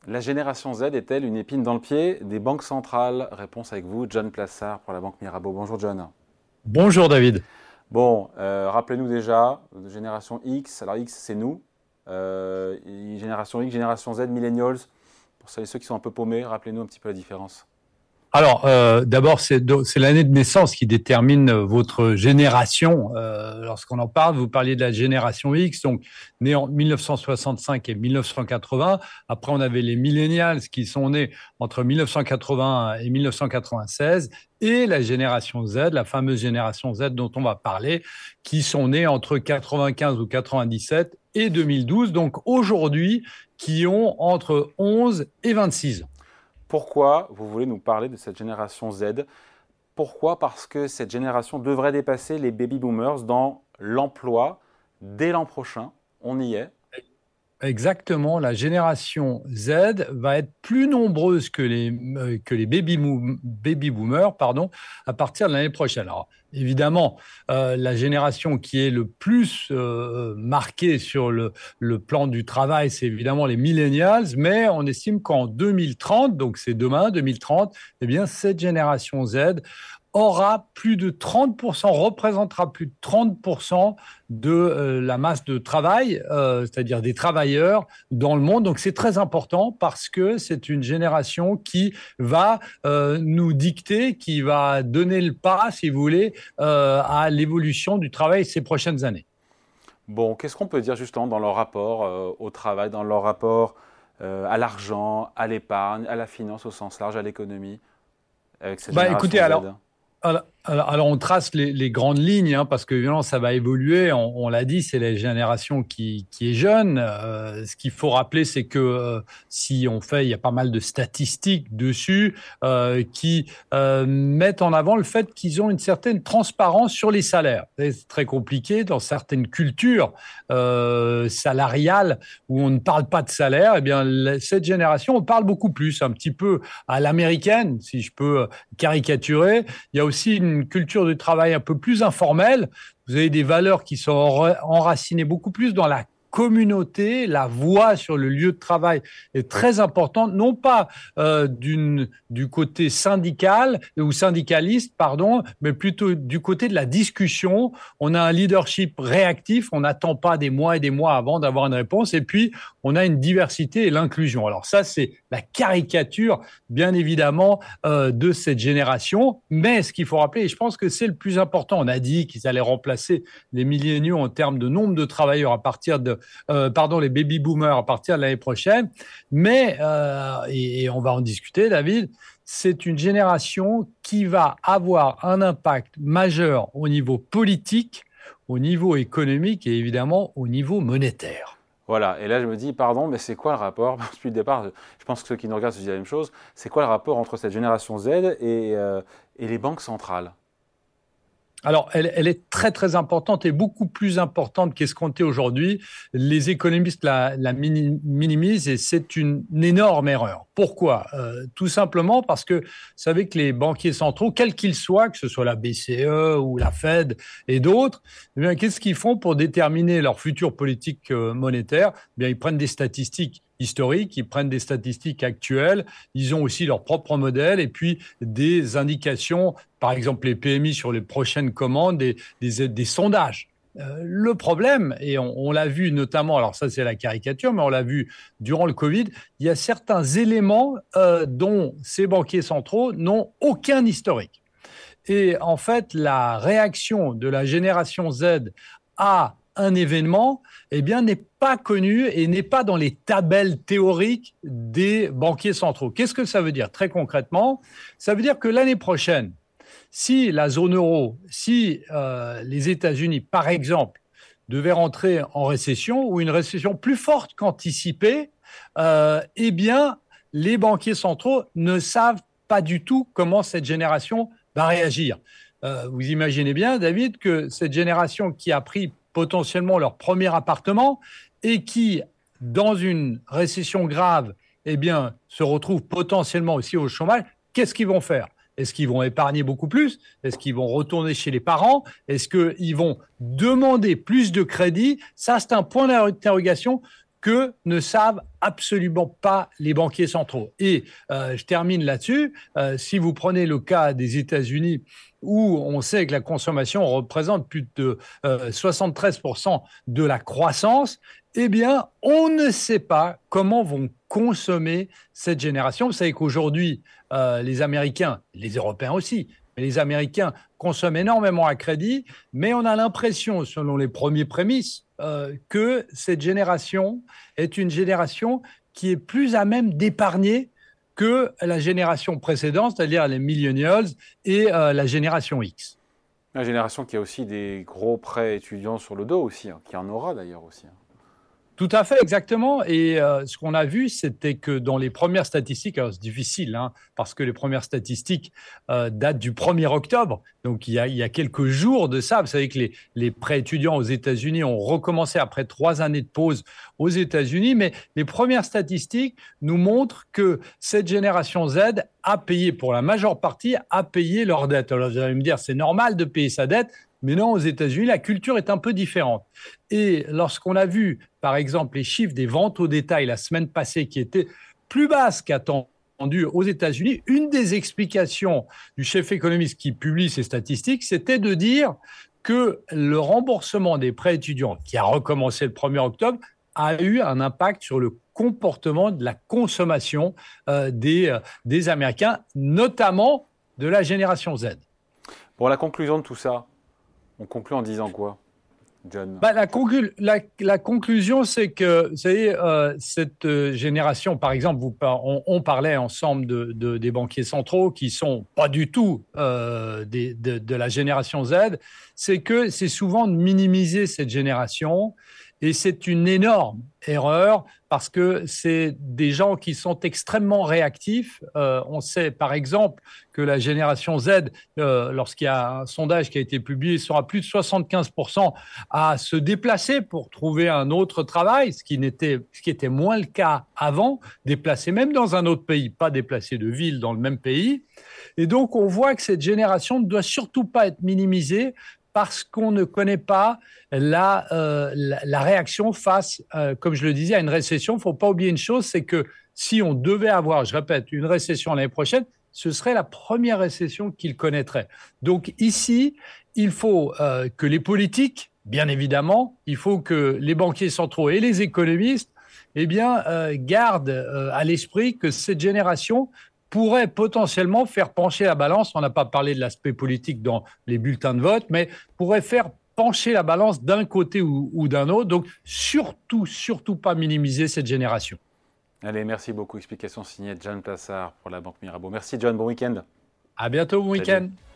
La génération Z est-elle une épine dans le pied des banques centrales? Réponse avec vous, John Plassard pour la Banque Mirabeau. Bonjour John. Bonjour David. Bon, rappelez-nous déjà, génération X, alors X c'est nous, génération X, génération Z, millennials, pour celles et ceux qui sont un peu paumés, rappelez-nous un petit peu la différence. Alors, d'abord, c'est l'année de naissance qui détermine votre génération. Lorsqu'on en parle, vous parliez de la génération X, donc née en 1965 et 1980. Après, on avait les millennials qui sont nés entre 1980 et 1996. Et la génération Z, la fameuse génération Z dont on va parler, qui sont nés entre 95 ou 97 et 2012. Donc aujourd'hui, qui ont entre 11 et 26 ans. Pourquoi vous voulez nous parler de cette génération Z? Pourquoi? Parce que cette génération devrait dépasser les baby boomers dans l'emploi dès l'an prochain. On y est. Exactement, la génération Z va être plus nombreuse que les baby boomers, pardon, à partir de l'année prochaine. Alors, évidemment, la génération qui est le plus marquée sur le plan du travail, c'est évidemment les millennials, mais on estime qu'en 2030, donc c'est demain, 2030, eh bien, cette génération Z aura plus de 30%, représentera plus de 30% de la masse de travail, c'est-à-dire des travailleurs dans le monde. Donc c'est très important parce que c'est une génération qui va nous dicter, qui va donner le pas, si vous voulez, à l'évolution du travail ces prochaines années. Bon, qu'est-ce qu'on peut dire justement dans leur rapport au travail, dans leur rapport à l'argent, à l'épargne, à la finance au sens large, à l'économie, avec cette Bah, génération écoutez, Z? alors, on trace les grandes lignes, hein, parce que évidemment, ça va évoluer. On l'a dit, c'est la génération qui est jeune. Ce qu'il faut rappeler, c'est que si on fait, il y a pas mal de statistiques dessus qui mettent en avant le fait qu'ils ont une certaine transparence sur les salaires. C'est très compliqué dans certaines cultures salariales où on ne parle pas de salaire. Eh bien, cette génération, on parle beaucoup plus, un petit peu à l'américaine, si je peux caricaturer. Il y a aussi une culture du travail un peu plus informelle. Vous avez des valeurs qui sont enracinées beaucoup plus dans la communauté, la voix sur le lieu de travail est très importante, non pas du côté syndical ou syndicaliste, pardon, mais plutôt du côté de la discussion. On a un leadership réactif, on n'attend pas des mois et des mois avant d'avoir une réponse, et puis on a une diversité et l'inclusion. Alors ça, c'est la caricature, bien évidemment, de cette génération. Mais ce qu'il faut rappeler, et je pense que c'est le plus important, on a dit qu'ils allaient remplacer les milléniaux en termes de nombre de travailleurs à partir les baby boomers à partir de l'année prochaine. Mais, et on va en discuter, David, c'est une génération qui va avoir un impact majeur au niveau politique, au niveau économique et évidemment au niveau monétaire. Voilà, et là je me dis, pardon, mais c'est quoi le rapport? Depuis le départ, je pense que ceux qui nous regardent se disent la même chose. C'est quoi le rapport entre cette génération Z et les banques centrales? Alors, elle est très, très importante et beaucoup plus importante qu'escomptée aujourd'hui. Les économistes la minimisent et c'est une énorme erreur. Pourquoi? Tout simplement parce que vous savez que les banquiers centraux, quels qu'ils soient, que ce soit la BCE ou la Fed et d'autres, eh bien, qu'est-ce qu'ils font pour déterminer leur future politique monétaire? Eh bien, ils prennent des statistiques historiques, ils prennent des statistiques actuelles, ils ont aussi leur propre modèle et puis des indications, par exemple les PMI sur les prochaines commandes, des sondages. Le problème, et on l'a vu notamment, alors ça c'est la caricature, mais on l'a vu durant le Covid, il y a certains éléments dont ces banquiers centraux n'ont aucun historique. Et en fait, la réaction de la génération Z à un événement, eh bien, n'est pas connu et n'est pas dans les tabelles théoriques des banquiers centraux. Qu'est-ce que ça veut dire très concrètement? Ça veut dire que l'année prochaine, si la zone euro, si les États-Unis, par exemple, devaient rentrer en récession ou une récession plus forte qu'anticipée, eh bien, les banquiers centraux ne savent pas du tout comment cette génération va réagir. Vous imaginez bien, David, que cette génération qui a pris potentiellement leur premier appartement et qui, dans une récession grave, eh bien, se retrouve potentiellement aussi au chômage, qu'est-ce qu'ils vont faire? Est-ce qu'ils vont épargner beaucoup plus? Est-ce qu'ils vont retourner chez les parents? Est-ce qu'ils vont demander plus de crédit? Ça, c'est un point d'interrogation que ne savent absolument pas les banquiers centraux. Et je termine là-dessus. Si vous prenez le cas des États-Unis, où on sait que la consommation représente plus de 73% de la croissance, eh bien, on ne sait pas comment vont consommer cette génération. Vous savez qu'aujourd'hui, les Américains, les Européens aussi, mais les Américains consomment énormément à crédit, mais on a l'impression, selon les premiers prémices, que cette génération est une génération qui est plus à même d'épargner que la génération précédente, c'est-à-dire les millennials et la génération X. La génération qui a aussi des gros prêts étudiants sur le dos aussi, qui en aura d'ailleurs aussi. Tout à fait, exactement. Et ce qu'on a vu, c'était que dans les premières statistiques, alors c'est difficile, parce que les premières statistiques datent du 1er octobre, donc il y a quelques jours de ça. Vous savez que les prêts étudiants aux États-Unis ont recommencé après 3 années de pause aux États-Unis, mais les premières statistiques nous montrent que cette génération Z a payé, pour la majeure partie, a payé leur dette. Alors vous allez me dire, c'est normal de payer sa dette. Mais non, aux États-Unis, la culture est un peu différente. Et lorsqu'on a vu, par exemple, les chiffres des ventes au détail la semaine passée qui étaient plus basses qu'attendues aux États-Unis, une des explications du chef économiste qui publie ces statistiques, c'était de dire que le remboursement des prêts étudiants, qui a recommencé le 1er octobre, a eu un impact sur le comportement de la consommation des Américains, notamment de la génération Z. Pour la conclusion de tout ça, on conclut en disant quoi, John ? La conclusion, c'est que, vous savez, cette génération, par exemple, on parlait ensemble des banquiers centraux qui sont pas du tout de la génération Z, c'est que c'est souvent de minimiser cette génération. Et c'est une énorme erreur parce que c'est des gens qui sont extrêmement réactifs. On sait par exemple que la génération Z, lorsqu'il y a un sondage qui a été publié, sera plus de 75% à se déplacer pour trouver un autre travail, ce qui était moins le cas avant, déplacer même dans un autre pays, pas déplacer de ville dans le même pays. Et donc on voit que cette génération ne doit surtout pas être minimisée, parce qu'on ne connaît pas la réaction face, comme je le disais, à une récession. Il ne faut pas oublier une chose, c'est que si on devait avoir, je répète, une récession l'année prochaine, ce serait la première récession qu'ils connaîtraient. Donc ici, il faut que les politiques, bien évidemment, il faut que les banquiers centraux et les économistes gardent à l'esprit que cette génération pourrait potentiellement faire pencher la balance, on n'a pas parlé de l'aspect politique dans les bulletins de vote, mais pourrait faire pencher la balance d'un côté ou d'un autre. Donc, surtout pas minimiser cette génération. Allez, merci beaucoup. Explication signée John Plassard pour la Banque Mirabeau. Merci John, bon week-end. À bientôt, bon week-end.